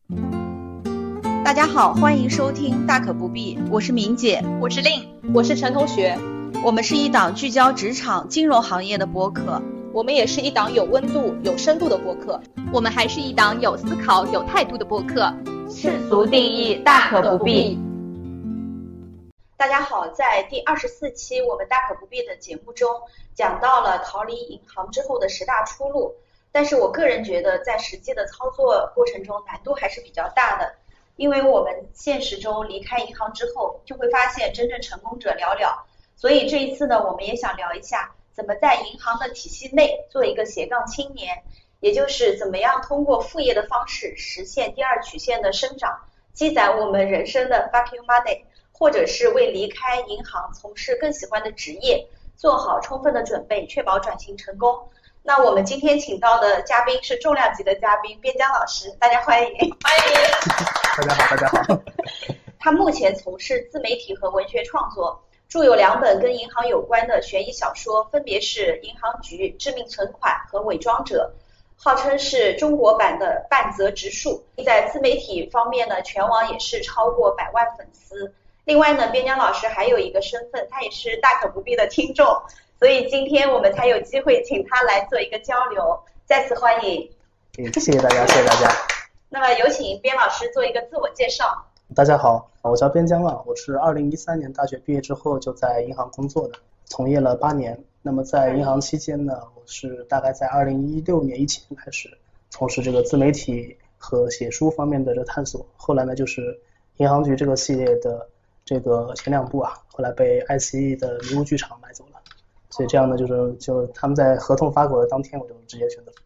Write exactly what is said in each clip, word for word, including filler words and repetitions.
大家好，欢迎收听大可不必，我是明姐， 我是令，我是陈同学。 我们是一档聚焦职场金融行业的播客， 我们也是一档有温度有深度的播客， 我们还是一档有思考有态度的播客。 世俗定义大可不必。大家好，在第二十四期我们大可不必的节目中讲到了逃离银行之后的十大出路，但是我个人觉得在实际的操作过程中难度还是比较大的，因为我们现实中离开银行之后就会发现真正成功者寥寥，所以这一次呢，我们也想聊一下怎么在银行的体系内做一个斜杠青年，也就是怎么样通过副业的方式实现第二曲线的生长，积攒我们人生的 fuck you money， 或者是为离开银行从事更喜欢的职业做好充分的准备，确保转型成功。那我们今天请到的嘉宾是重量级的嘉宾边疆老师，大家欢迎。欢迎。大家好，大家好。 他目前从事自媒体和文学创作，著有两本跟银行有关的悬疑小说，分别是《银行局》、《致命存款》和《伪装者》，号称是中国版的半泽直树。在自媒体方面呢，全网也是超过百万粉丝。另外呢，边疆老师还有一个身份，他也是大可不必的听众，所以今天我们才有机会请他来做一个交流，再次欢迎。 谢谢大家，谢谢大家。 那么有请边老师做一个自我介绍。 大家好，我叫边疆啊，我是二零一三年大学毕业之后就在银行工作的，从业了八年。那么在银行期间呢，我是大概在二零一六年、一七年开始从事这个自媒体和写书方面的这个探索。后来呢，就是银行局这个系列的这个前两部啊，后来被爱奇艺的迷雾剧场买走了。所以这样呢，就是就他们在合同发给我的当天，我就直接选择。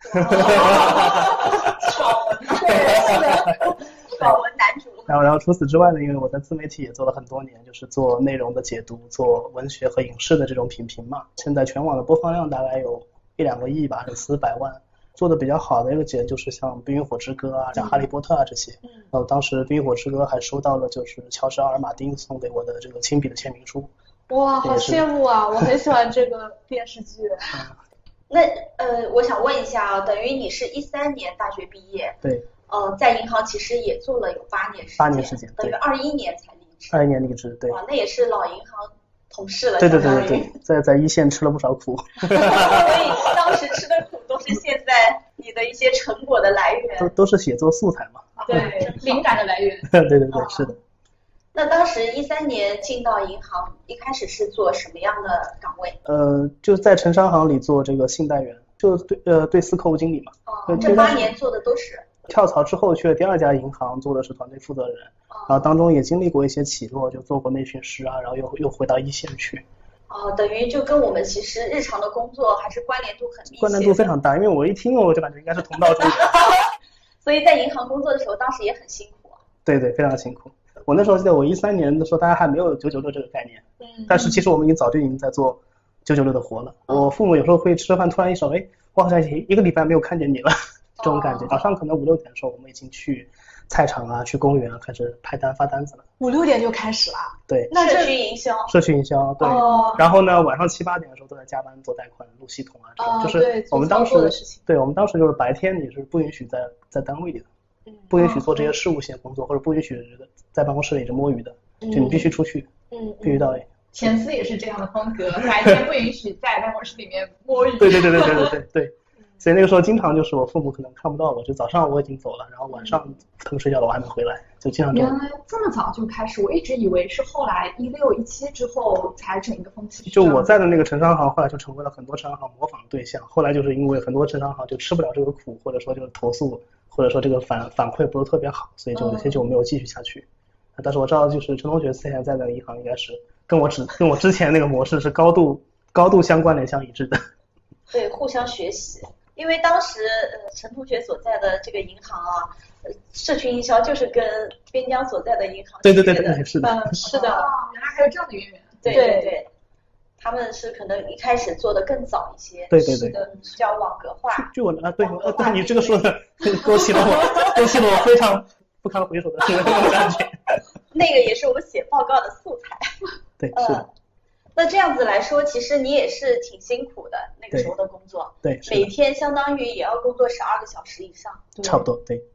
爽文，对，爽文男主。 然后，然后除此之外呢，因为我在自媒体也做了很多年，就是做内容的解读，做文学和影视的这种品评嘛。现在全网的播放量大概有一两个亿吧，粉丝百万。做的比较好的一个节就是像《冰与火之歌》啊，像《哈利波特》啊这些。然后当时《冰与火之歌》还收到了就是乔治·奥尔马丁送给我的这个亲笔的签名书。 哇，好羡慕啊！我很喜欢这个电视剧。 那呃，我想问一下啊，等于你是一三年大学毕业， 对， 呃，在银行其实也做了有八年时间， 八年时间， 等于二一年才离职。 二一年离职，对。 哇，那也是老银行同事了。 对对对对对，在在一线吃了不少苦。 所以当时吃的苦都是现在你的一些成果的来源。 都都是写作素材嘛。 对，灵感的来源。 对对对，哦、是的。 那当时一三年进到银行，一开始是做什么样的岗位？ 呃，就在城商行里做这个信贷员，就对呃对司客户经理嘛。 哦，这八年做的都是。 跳槽之后去了第二家银行，做的是团队负责人，哦、然后当中也经历过一些起落，就做过内训师啊，然后又又回到一线去。 哦，等于就跟我们其实日常的工作还是关联度很密切。 关联度非常大，因为我一听我就感觉应该是同道中人。 所以在银行工作的时候，当时也很辛苦。 对对，非常辛苦。我那时候记得我一三年的时候，大家还没有九九六这个概念，嗯，但是其实我们已经早就已经在做九九六的活了。嗯、我父母有时候会吃饭，突然一说，哎，我好像一个礼拜没有看见你了，这种感觉。早上可能五六点的时候，我们已经去菜场啊，去公园啊，开始拍单发单子了。 五六点就开始了？ 对。 那社区营销。 社区营销，对。哦、然后呢，晚上七八点的时候都在加班做贷款、录系统啊，这种、哦、就是我们当时，对，我们当时就是白天你是不允许在在单位里的。不允许做这些事务性工作，嗯、或者不允许在办公室里就摸鱼的，嗯、就你必须出去，嗯，必须到位。 前司也是这样的风格，白天不允许在办公室里面摸鱼。 对对对对对对对对。所以那个时候经常就是我父母可能看不到我，就早上我已经走了，然后晚上他们睡觉了我还没回来，就经常这样。 原来这么早就开始，我一直以为是后来一六一七之后才整一个风气。 就我在的那个城商行，后来就成为了很多城商行模仿的对象。后来就是因为很多城商行就吃不了这个苦，或者说就是投诉，或者说这个反反馈不是特别好，所以就有些就没有继续下去。嗯、但是我知道就是陈同学之前在那个银行应该是跟我只跟我之前那个模式是高度高度相关联相一致的。 对，互相学习。因为当时呃陈同学所在的这个银行啊，呃社区营销就是跟边疆所在的银行对对对对是的， 嗯是的，哦、原来还有这样的渊源。 对对对，他们是可能一开始做的更早一些。 对对对， 是的，叫网格化。 据我啊对呃对你这个说的勾起了我勾起了我非常不堪回首的那种感觉。 那个也是我们写报告的素材。 对，是的。 呃那这样子来说，其实你也是挺辛苦的，那个时候的工作， 对， 每天相当于也要工作十二个小时以上， 差不多，对。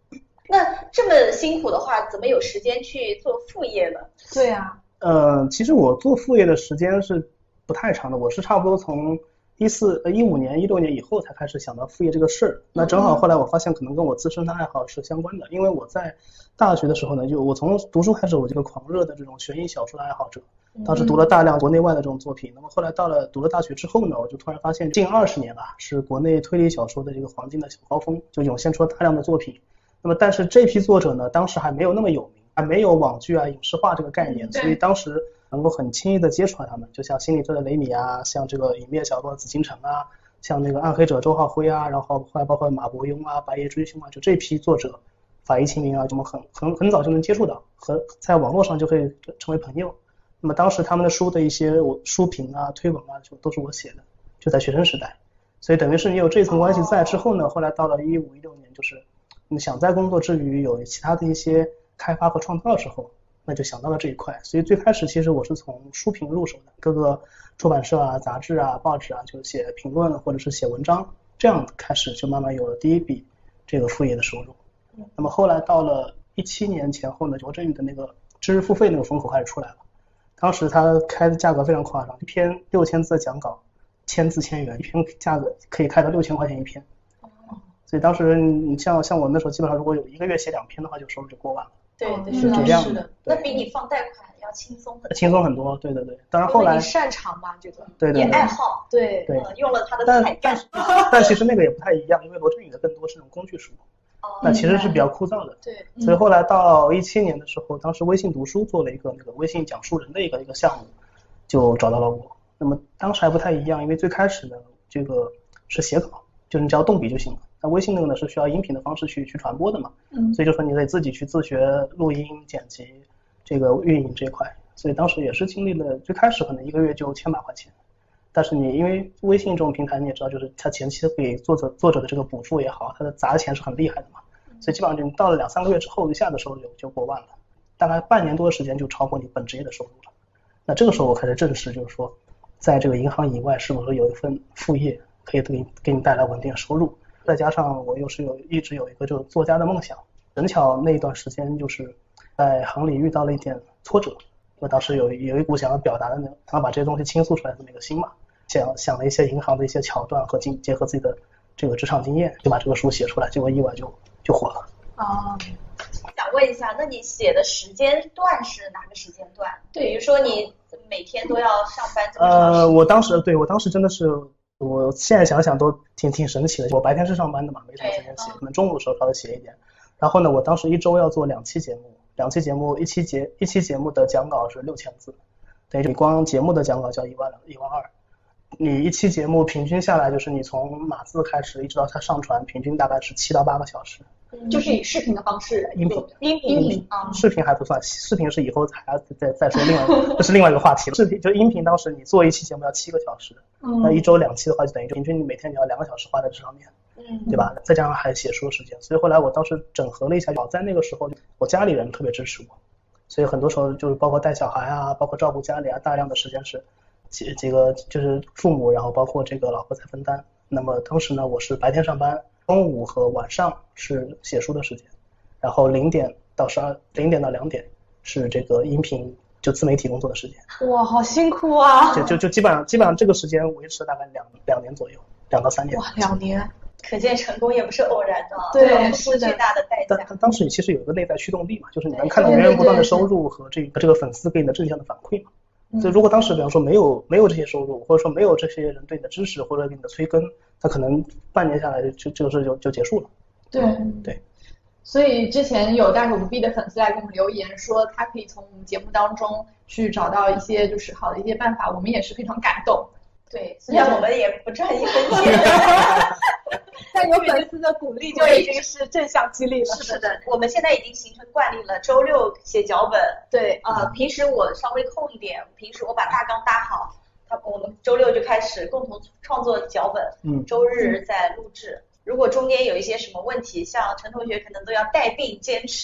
那这么辛苦的话，怎么有时间去做副业呢？ 对啊， 呃，其实我做副业的时间是不太长的，我是差不多从一四呃一五年、一六年以后才开始想到副业这个事儿。那正好后来我发现可能跟我自身的爱好是相关的，因为我在大学的时候呢，就我从读书开始，我这个狂热的这种悬疑小说的爱好者，当时读了大量国内外的这种作品。那么后来到了读了大学之后呢，我就突然发现近二十年啊，是国内推理小说的这个黄金的小高峰，就涌现出了大量的作品。那么但是这批作者呢，当时还没有那么有名，还没有网剧啊、影视化这个概念，所以当时能够很轻易的接触到他们，就像心理罪的雷米啊，像这个隐灭角落紫禁城啊，像那个暗黑者周浩辉啊，然后后来包括马伯庸啊、白夜追凶啊，就这批作者，法医秦明啊，我们很很很早就能接触到，和在网络上就可以成为朋友。那么当时他们的书的一些我书评啊、推文啊，就都是我写的，就在学生时代，所以等于是你有这层关系在之后呢，后来到了一五一六年，就是你想在工作之余有其他的一些开发和创造的时候，那就想到了这一块。所以最开始其实我是从书评入手的，各个出版社啊、杂志啊、报纸啊，就写评论或者是写文章，这样开始就慢慢有了第一笔这个副业的收入。那么后来到了一七年前后呢，罗振宇的那个知识付费那个风口开始出来了，当时他开的价格非常夸张，一篇六千字的讲稿，千字千元，一篇价格可以开到六千块钱一篇。所以当时你像像我那时候基本上如果有一个月写两篇的话，就收入就过万了。 对对， 是的， 这样是的，那比你放贷款要轻松很多。 轻松很多，对对对。当然后来因为你擅长嘛这个， 对对对， 也爱好， 对对呃用了他的但才干。 但其实那个也不太一样，因为罗振宇的更多是那种工具书， 哦那其实是比较枯燥的。 对， 所以后来到一七年的时候，当时微信读书做了一个那个微信讲述人的一个一个项目，就找到了我。那么当时还不太一样，因为最开始呢，这个是写稿，就是你只要动笔就行了。那微信那个呢是需要音频的方式去去传播的嘛， 嗯， 所以就说你得自己去自学录音、剪辑、这个运营这一块。所以当时也是经历了，最开始可能一个月就千把块钱，但是你因为微信这种平台你也知道，就是它前期给作者作者的这个补助也好，它的砸钱是很厉害的嘛，所以基本上就到了两三个月之后，一下的时候就就过万了，大概半年多的时间就超过你本职业的收入了。那这个时候我开始正视，就是说，在这个银行以外，是不是有一份副业可以给你给你带来稳定的收入？再加上我又是有一直有一个就是作家的梦想，正巧那一段时间就是在行里遇到了一点挫折，我当时有有一股想要表达的那种，想要把这些东西倾诉出来的那个心嘛，想想了一些银行的一些桥段和经结合自己的这个职场经验，就把这个书写出来，结果意外就就火了。 哦， 想问一下，那你写的时间段是哪个时间段？比如说你每天都要上班这么长时间？ 呃，我当时对我当时真的是。我现在想想都挺挺神奇的，我白天是上班的嘛，没什么时间写，可能中午的时候稍微写一点。然后呢，我当时一周要做两期节目，两期节目一期节一期节目的讲稿是六千字，等于你光节目的讲稿就要一万一万二。你一期节目平均下来就是你从码字开始一直到它上传，平均大概是七到八个小时。 就是以视频的方式， 音频音频音频啊， 视频还不算，视频是以后还要再再说另外这是另外一个话题了。视频就音频，当时你做一期节目要七个小时， 嗯， 那一周两期的话，就等于平均你每天你要两个小时花在这上面， 嗯， 对吧？再加上还写书的时间，所以后来我当时整合了一下，在那个时候我家里人特别支持我，所以很多时候就是包括带小孩啊，包括照顾家里啊，大量的时间是几几个就是父母，然后包括这个老婆在分担。那么当时呢，我是白天上班，中午和晚上是写书的时间，然后零点到十二零点到两点是这个音频就自媒体工作的时间。 哇，好辛苦啊！ 就就就基本上基本上这个时间维持了大概两两年左右，两到三年。 哇，两年， 可见成功也不是偶然的， 对， 是巨大的代价。 但当时你其实有一个内在驱动力嘛，就是你能看到源源不断的收入和这个这个粉丝给你的正向的反馈嘛。所以如果当时比方说没有没有这些收入，或者说没有这些人对你的支持或者给你的催更，他可能半年下来就这个事就就结束了。 对对。 所以之前有大可不必的粉丝来给我们留言说他可以从我们节目当中去找到一些就是好的一些办法，我们也是非常感动。 对，虽然我们也不赚一分钱， 但有粉丝的鼓励就已经是正向激励了。 是的，我们现在已经形成惯例了，周六写脚本。 对， 呃，平时我稍微空一点，平时我把大纲搭好，他我们周六就开始共同创作脚本， 嗯， 周日再录制。如果中间有一些什么问题，像陈同学可能都要带病坚持，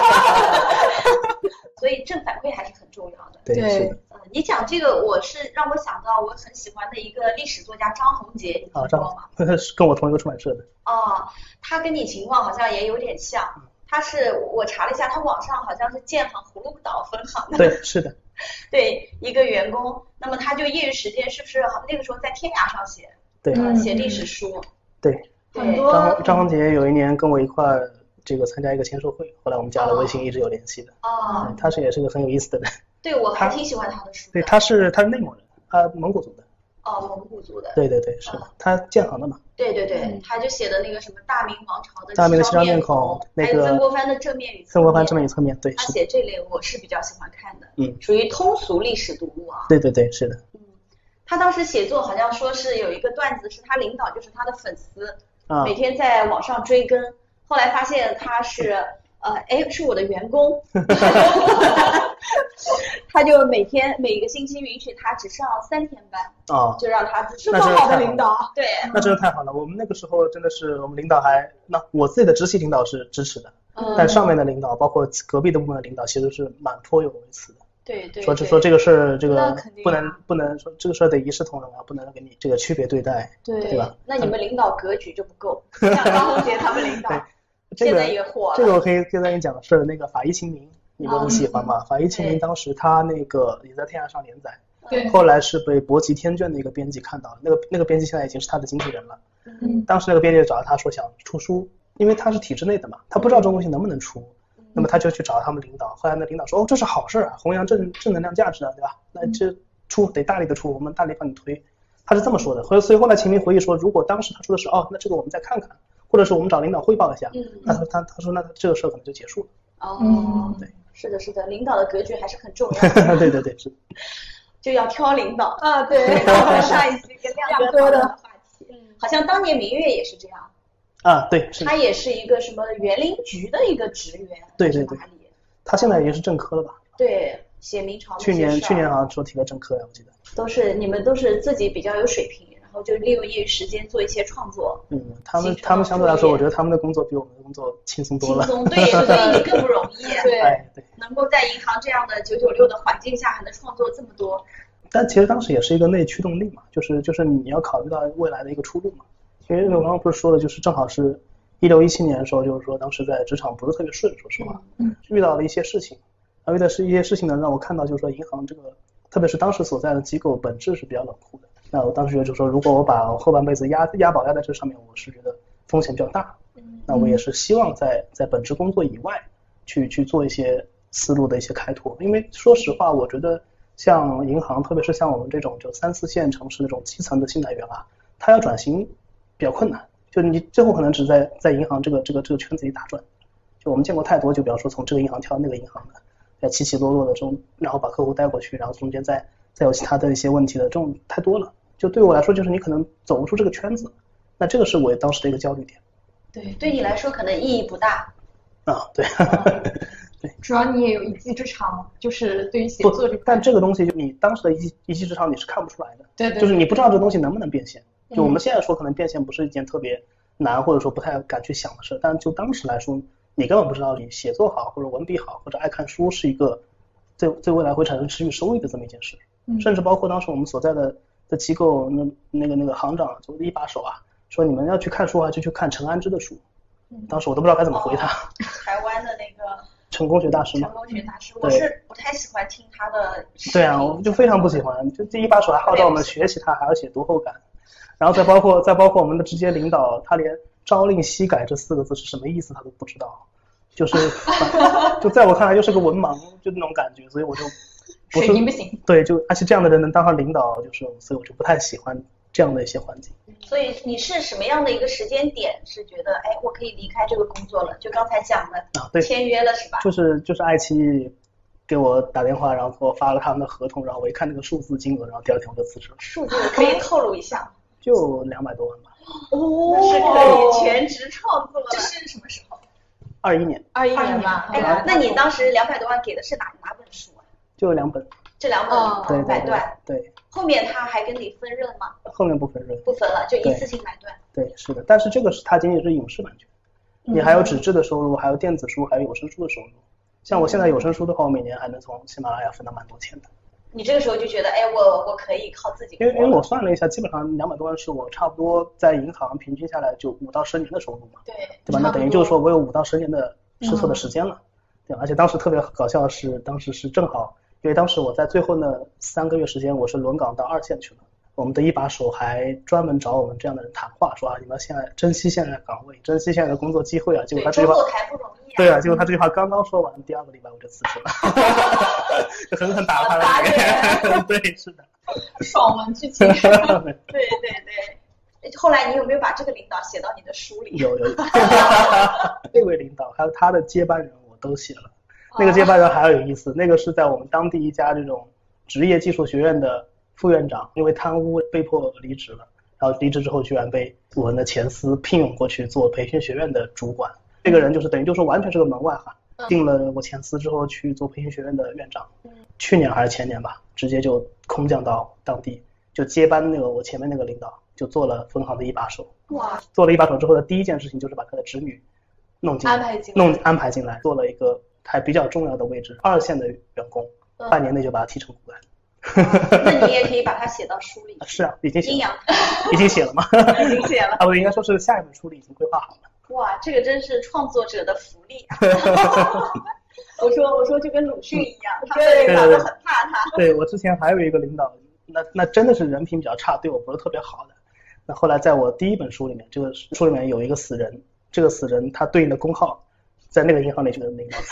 所以正反馈还是很重要的。 对，是的。 呃，你讲这个，我是让我想到我很喜欢的一个历史作家张宏杰，你听过吗？ 是跟我同一个出版社的。 哦，他跟你情况好像也有点像， 他是我查了一下，他网上好像是建行葫芦岛分行的。 对，是的。 对，一个员工，那么他就业余时间是不是那个时候在天涯上写？ 对， 嗯，写历史书。 对， 很多张张宏杰有一年跟我一块儿这个参加一个签售会，后来我们加了微信，一直有联系的。 哦， 嗯，他是也是个很有意思的人。 对，我还挺喜欢他的书的。 对，他是他是内蒙人，他蒙古族的。 哦，蒙古族的。 对对对，是的，他建行的嘛。 对对对，他就写的那个什么大明王朝的大明的七张面孔，那个还有曾国藩的正面与侧面。 曾国藩正面与侧面，对。 他写这类我是比较喜欢看的， 嗯， 属于通俗历史读物啊。 对对对，是的。 嗯，他当时写作好像说是有一个段子，是他领导就是他的粉丝， 啊， 每天在网上追更，后来发现他是呃，哎，是我的员工。他就每天每个星期允许他只上三天班， 啊， 就让他这么好的领导， 对， 那真的太好了。我们那个时候真的是，我们领导还，那我自己的直系领导是支持的， 嗯， 但上面的领导，包括隔壁的部门的领导，其实是蛮颇有微词的。 对对， 说说这个事儿，这个啊不能不能说这个事儿得一视同仁啊，不能给你这个区别对待， 对对吧？ 那你们领导格局就不够，像张宏杰他们领导， 这个现在也火了。 这个我可以跟大家讲的是那个法医秦明。你们很喜欢吗？法医秦明当时他那个也在天涯上连载， 对， 后来是被博集天卷的一个编辑看到了，那个那个编辑现在已经是他的经纪人了。 嗯， 当时那个编辑找到他说想出书，因为他是体制内的嘛，他不知道这种东西能不能出，嗯、那么他就去找他们领导，后来那领导说哦这是好事啊，弘扬正正能量价值啊，对吧？那这出得大力的出，我们大力帮你推，他是这么说的。所以后来秦明回忆说，如果当时他说的是哦那这个我们再看看，或者是我们找领导汇报一下，嗯、那他他他说那这个事儿可能就结束了。 哦， 嗯， 对。是的，是的，领导的格局还是很重要的。 对对对，是。 就要挑领导啊，对。 上一期跟亮哥的话题，嗯，好像当年明月也是这样。 啊，对，是。 他也是一个什么园林局的一个职员。 对对对。他现在也是正科了吧？ 对，写明朝。 去年去年好像说提了正科呀，我记得。 都是你们都是自己比较有水平。然后就利用业余时间做一些创作。 嗯，他们他们相对来说，我觉得他们的工作比我们的工作轻松多了。 轻松，对，所以你更不容易。 对， 哎，对。 能够在银行这样的九九六的环境下，还能创作这么多。 但其实当时也是一个内驱动力嘛，就是就是你要考虑到未来的一个出路嘛。因为我刚刚不是说了，就是正好是一六一七年的时候，就是说当时在职场不是特别顺，说实话，嗯，遇到了一些事情，而遇到是一些事情呢，让我看到就是说银行这个，特别是当时所在的机构本质是比较冷酷的。那我当时就说，如果我把后半辈子押押宝押在这上面，我是觉得风险比较大。嗯，那我也是希望在在本职工作以外，去去做一些思路的一些开拓。因为说实话，我觉得像银行，特别是像我们这种就三四线城市那种基层的信贷员啊，他要转型比较困难。就你最后可能只在在银行这个这个这个圈子里打转。就我们见过太多，就比方说从这个银行跳到那个银行的，在起起落落的中，然后把客户带过去，然后中间再再有其他的一些问题的，这种太多了。就对我来说，就是你可能走不出这个圈子，那这个是我当时的一个焦虑点。 对，对你来说可能意义不大。 啊，对， 对，主要你也有一技之长，就是对于写作这。 但这个东西，就你当时的一技一技之长你是看不出来的。 对对。 就是你不知道这个东西能不能变现。就我们现在说，可能变现不是一件特别难，或者说不太敢去想的事，但就当时来说，你根本不知道你写作好，或者文笔好，或者爱看书是一个对对未来会产生持续收益的这么一件事。嗯。甚至包括当时我们所在的。的机构那那个那个行长就一把手啊，说你们要去看书啊，就去看陈安之的书。当时我都不知道该怎么回他。 哦、台湾的那个成功学大师嘛。 成功学大师，我是不太喜欢听他的。 对啊，我就非常不喜欢，就这一把手还号召我们学习他，还要写读后感，然后再包括再包括我们的直接领导，他连朝令夕改这四个字是什么意思他都不知道，就是就在我看来就是个文盲，就那种感觉，所以我就。 水平不行， 对，就而且这样的人能当上领导，就是所以我就不太喜欢这样的一些环境。 所以你是什么样的一个时间点是觉得，哎，我可以离开这个工作了？就刚才讲的， 啊，对， 签约了是吧？ 就是就是爱奇艺给我打电话，然后给我发了他们的合同，然后我一看那个数字金额，然后第二天我就辞职了。 数字可以透露一下吗？ 就两百多万吧。 哦，是可以全职创作了。这是什么时候？ 二一年。 二一年吧。哎，那你当时两百多万给的是哪哪本书啊？ 就两本， 这两本买断， 对。 后面他还跟你分润吗？ 后面不分润， 不分了，就一次性买断。 对，是的，但是这个是它仅仅是影视版权，嗯、你还有纸质的收入，还有电子书，还有有声书的收入。像我现在有声书的话，我每年还能从喜马拉雅分到蛮多钱的。 你这个时候就觉得，哎，我我可以靠自己。 因为因为我算了一下，基本上两百多万是我差不多在银行平均下来就五到十年的收入嘛。 对。 对吧？那等于就是说我有五到十年的试错的时间了，对，而且当时特别搞笑的是，当时是正好，因为当时我在最后那三个月时间，我是轮岗到二线去了。我们的一把手还专门找我们这样的人谈话，说啊，你们现在珍惜现在的岗位，珍惜现在的工作机会啊。结果他这句话， 不容易啊。 对啊，结果他这句话刚刚说完，第二个礼拜我就辞职了，就狠狠打了他的脸。对，是的。 爽文剧情。 对对对。后来你有没有把这个领导写到你的书里？ 有有有。这位领导还有他的接班人我都写了。那个接班人还有意思，那个是在我们当地一家这种职业技术学院的副院长，因为贪污被迫离职了，然后离职之后居然被我们的前司聘用过去做培训学院的主管。这个人就是等于就是完全是个门外汉，进了我前司之后去做培训学院的院长，去年还是前年吧，直接就空降到当地，就接班那个我前面那个领导，就做了分行的一把手。 哇！ 做了一把手之后的第一件事情就是把他的侄女弄进来， 安排进来， 弄安排进来，做了一个还比较重要的位置，二线的员工，半年内就把他提成骨干。 那你也可以把它写到书里。 是啊，已经写了。 已经写了吗？ 已经写了。 啊，不，应该说是下一本书里已经规划好了。 哇，这个真是创作者的福利啊！我说我说就跟鲁迅一样，他们领导都很怕他。 对，我之前还有一个领导，那那真的是人品比较差，对我不是特别好的。那后来在我第一本书里面，这个书里面有一个死人，这个死人他对应的工号在那个银行里就是领导。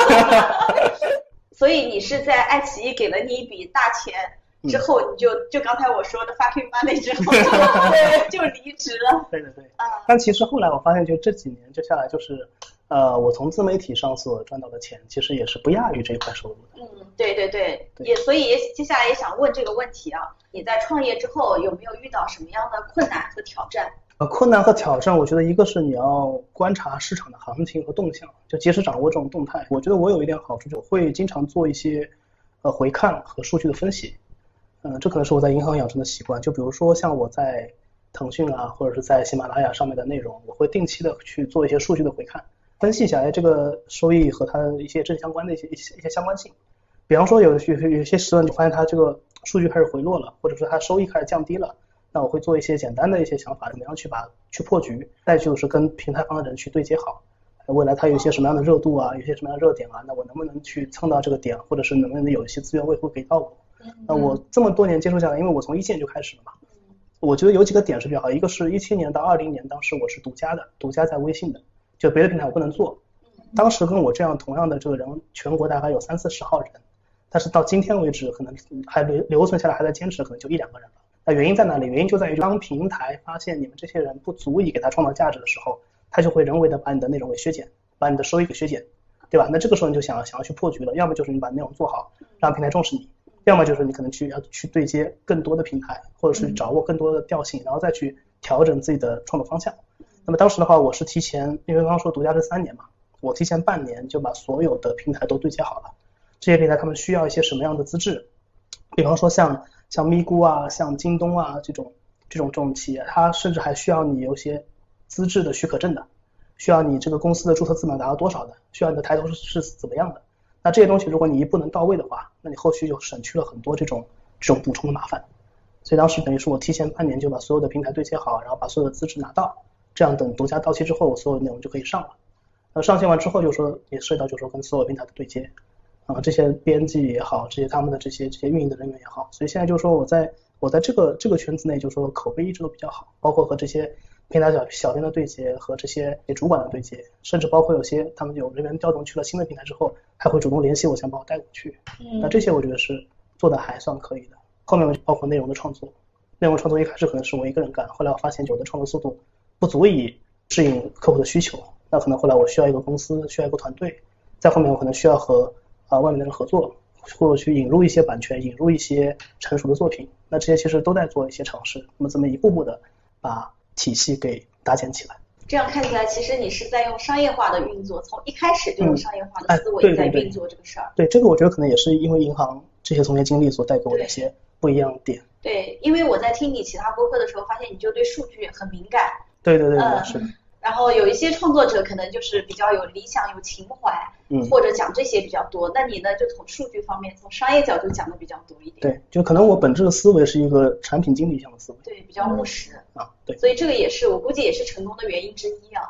所以你是在爱奇艺给了你一笔大钱之后，你就就刚才我说的 fucking money 之后就就离职了。 对对对。但其实后来我发现，就这几年就下来，就是呃，我从自媒体上所赚到的钱，其实也是不亚于这一块收入的。 嗯，对对对，也所以也接下来也想问这个问题啊，你在创业之后有没有遇到什么样的困难和挑战？ 呃，困难和挑战，我觉得一个是你要观察市场的行情和动向，就及时掌握这种动态。我觉得我有一点好处，就会经常做一些呃回看和数据的分析。嗯、呃，这可能是我在银行养成的习惯。就比如说像我在腾讯啊，或者是在喜马拉雅上面的内容，我会定期的去做一些数据的回看，分析一下哎这个收益和它的一些正相关的一些一些一些相关性。比方说有有有些时候你发现它这个数据开始回落了，或者说它收益开始降低了。那我会做一些简单的一些想法，怎么样去把去破局，再就是跟平台方的人去对接好，未来它有一些什么样的热度啊，有些什么样的热点啊，那我能不能去蹭到这个点，或者是能不能有一些资源会会给到我。那我这么多年接触下来，因为我从一线就开始了嘛，我觉得有几个点是比较好，一个是一七年到二零年，当时我是独家的，独家在微信的，就别的平台我不能做。当时跟我这样同样的这个人，全国大概有三四十号人，但是到今天为止，可能还留留存下来还在坚持，可能就一两个人了。那原因在哪里？原因就在于当平台发现你们这些人不足以给他创造价值的时候，他就会人为的把你的内容给削减，把你的收益给削减，对吧？那这个时候你就想要想要去破局了，要么就是你把内容做好，让平台重视你，要么就是你可能去要去对接更多的平台，或者是掌握更多的调性，然后再去调整自己的创作方向。那么当时的话，我是提前，因为刚刚说独家是三年嘛，我提前半年就把所有的平台都对接好了。这些平台他们需要一些什么样的资质？比方说像像咪咕啊，像京东啊这种这种这种企业，它甚至还需要你有些资质的许可证的，需要你这个公司的注册资本达到多少的，需要你的抬头是是怎么样的。那这些东西如果你一步能到位的话，那你后续就省去了很多这种这种补充的麻烦。所以当时等于是我提前半年就把所有的平台对接好，然后把所有的资质拿到，这样等独家到期之后，我所有的内容就可以上了。那上线完之后，就说也涉及到就是说跟所有平台的对接。啊，这些编辑也好，这些他们的这些这些运营的人员也好，所以现在就是说我在我在这个这个圈子内，就是说口碑一直都比较好，包括和这些平台小小编的对接，和这些主管的对接，甚至包括有些他们有人员调动去了新的平台之后，还会主动联系我，想把我带过去。嗯，那这些我觉得是做的还算可以的。后面包括内容的创作，内容创作一开始可能是我一个人干，后来我发现我的创作速度不足以适应客户的需求，那可能后来我需要一个公司，需要一个团队，在后面我可能需要和啊，外面的人合作，或者去引入一些版权，引入一些成熟的作品，那这些其实都在做一些尝试，那么这么一步步的把体系给搭建起来。 这样看起来，其实你是在用商业化的运作，从一开始就用商业化的思维在运作这个事儿、嗯哎。对, 对, 对, 对, 对， 这个我觉得可能也是因为银行这些从业经历所带给我的一些不一样的点。 对，因为我在听你其他播客的时候，发现你就对数据很敏感。 对对对对， 嗯、 是。 然后有一些创作者可能就是比较有理想、有情怀，嗯，或者讲这些比较多。那你呢，就从数据方面、从商业角度讲的比较多一点。 对，就可能我本质的思维是一个产品经理向的思维。 对，比较务实、 嗯、啊，对。 所以这个也是我估计也是成功的原因之一啊。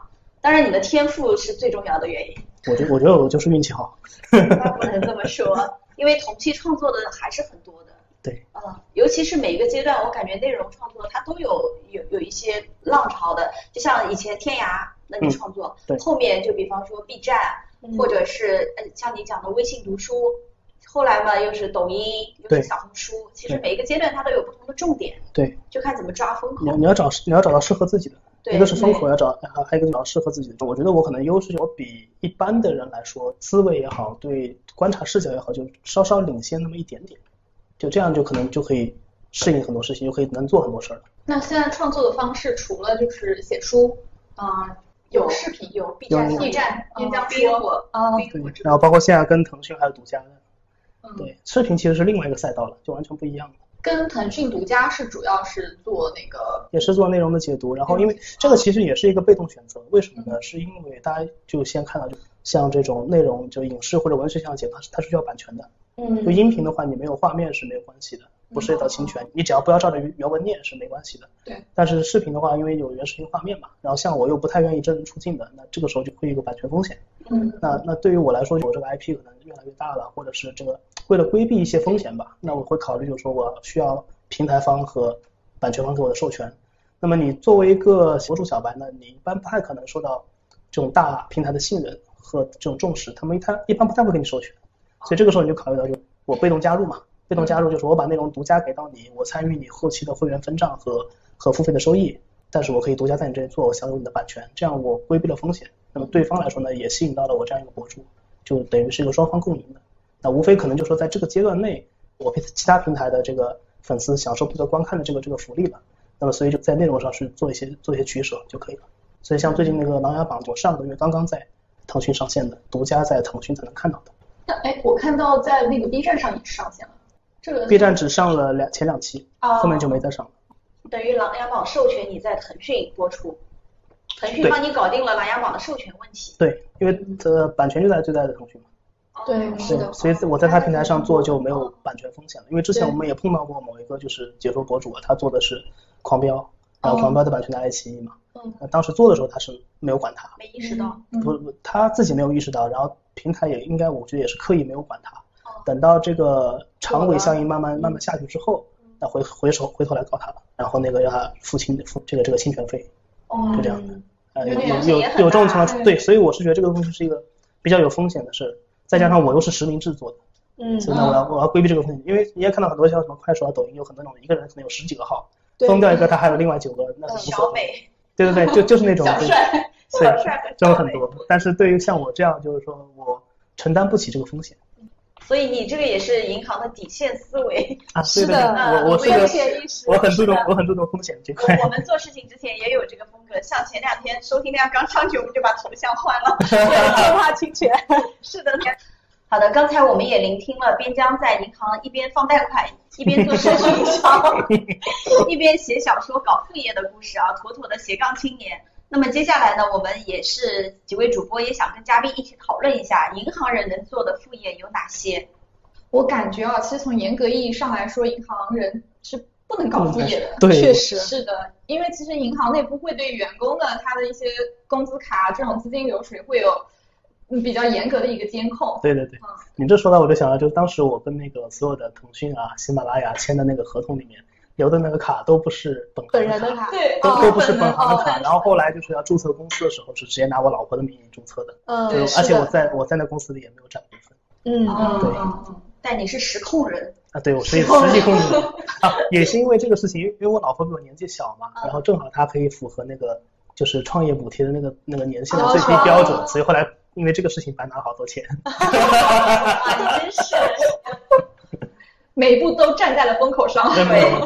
当然你的天赋是最重要的原因。 我觉得我觉得我就是运气好。 那不能这么说，因为同期创作的还是很多的。 对， 嗯，尤其是每一个阶段，我感觉内容创作它都有有有一些浪潮的，就像以前天涯那你创作， 嗯、对， 后面就比方说 B 站，嗯、或者是呃像你讲的微信读书，后来嘛又是抖音，又是小红书，其实每一个阶段它都有不同的重点， 对， 就看怎么抓风口。 你你要找你要找到适合自己的， 对， 一个是风口要找，还有一个找适合自己的。我觉得我可能优势，我比一般的人来说，思维也好，对观察视角也好，就稍稍领先那么一点点。就这样就可能就可以适应很多事情，就可以能做很多事儿了。 那现在创作的方式除了就是写书，啊、呃，有视频，有 B 站、B 站、边疆说，啊， 对，然后包括现在跟腾讯还有独家的，嗯，对，视频其实是另外一个赛道了，就完全不一样了。 跟腾讯独家是主要是做那个， 也是做内容的解读，然后因为这个其实也是一个被动选择，为什么呢？是因为大家就先看到，就像这种内容，就影视或者文学项解读，它是需要版权的。 嗯， 就音频的话，你没有画面是没有关系的，不涉及到侵权，你只要不要照着原文念是没关系的。 对。 但是视频的话，因为有原视频画面嘛，然后像我又不太愿意真人出镜的，那这个时候就会有一个版权风险。 嗯。 那那对于我来说，我这个 I P 可能越来越大了，或者是这个为了规避一些风险吧，那我会考虑就是说我需要平台方和版权方给我的授权。那么你作为一个博主小白呢，你一般不太可能受到这种大平台的信任和这种重视，他们一他一般不太会给你授权。所以这个时候你就考虑到，就我被动加入嘛，被动加入就是我把内容独家给到你，我参与你后期的会员分账和和付费的收益，但是我可以独家在你这里做，我享有你的版权，这样我规避了风险。那么对方来说呢，也吸引到了我这样一个博主，就等于是一个双方共赢的。那无非可能就说在这个阶段内，我比其他平台的这个粉丝享受不得观看的这个这个福利了。那么所以就在内容上是做一些做一些取舍就可以了。所以像最近那个《琅琊榜》，我上个月刚刚在腾讯上线的，独家在腾讯才能看到的。 那哎，我看到在那个 B 站上也是上线了，这个 B 站只上了两前两期， 哦、 后面就没再上了。 等于《琅琊榜》授权你在腾讯播出，腾讯帮你搞定了《琅琊榜》的授权问题。 对，因为呃版权就在就在腾讯嘛。 对，是的。 所以我在他平台上做就没有版权风险了，因为之前我们也碰到过某一个就是解说博主，他做的是狂飙，然后狂飙的版权在爱奇艺嘛。嗯。当时做的时候他是没有管他， 没意识到。 不不，他自己没有意识到，然后平台也应该我觉得也是刻意没有管他。等到这个长尾效应慢慢慢慢下去之后，那回回手回头来搞他了，然后那个让他付侵付这个这个侵权费，就这样的。呃，有有有有这种情况，对，所以我是觉得这个东西是一个比较有风险的事，再加上我又是实名制作的，嗯，所以呢我要我要规避这个风险，因为你也看到很多像什么快手啊、抖音有很多那种一个人可能有十几个号，封掉一个他还有另外九个，那是无所谓。对对对，就就是那种小帅， 对，这种很多，但是对于像我这样，就是说我承担不起这个风险。 所以你这个也是银行的底线思维啊，对对对，我我是个，我很注重我很注重风险这块。 我们做事情之前也有这个风格，像前两天收听量刚上去，我们就把头像换了，害怕侵权。是的。好的，刚才我们也聆听了边疆在银行一边放贷款，一边做社区营销，一边写小说搞副业的故事啊，妥妥的斜杠青年。那么接下来呢，我们也是几位主播也想跟嘉宾一起讨论一下，银行人能做的副业有哪些？ 我感觉啊，其实从严格意义上来说，银行人是不能搞副业的。 对， 确实是的，因为其实银行内部会对员工的他的一些工资卡这种资金流水会有比较严格的一个监控。 对对对，嗯、你这说到我就想到，就是当时我跟那个所有的腾讯啊、喜马拉雅签的那个合同里面。留的那个卡都不是本本人的卡，对， 都都不是本行的卡。然后后来就是要注册公司的时候，是直接拿我老婆的名义注册的。嗯，对，而且我在我在那公司里也没有占股份。 嗯， 对。 但你是实控人啊？对，我是实际控制人啊。也是因为这个事情，因为我老婆比我年纪小嘛，然后正好她可以符合那个就是创业补贴的那个那个年限的最低标准，所以后来因为这个事情白拿了好多钱。 你真是。 每一步都站在了风口上，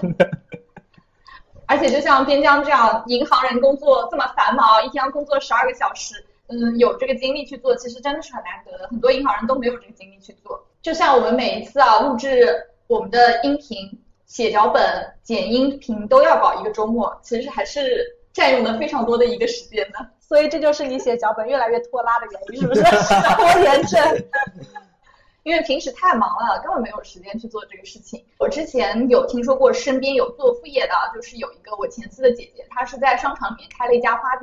而且就像边疆这样，银行人工作这么繁忙，一天要工作十二个小时，嗯，有这个精力去做，其实真的是很难得的。很多银行人都没有这个精力去做。就像我们每一次啊录制我们的音频、写脚本、剪音频都要搞一个周末，其实还是占用了非常多的一个时间的。 所以这就是你写脚本越来越拖拉的原因，是不是？拖延症。 因为平时太忙了，根本没有时间去做这个事情。我之前有听说过身边有做副业的，就是有一个我前司的姐姐，她是在商场里面开了一家花店，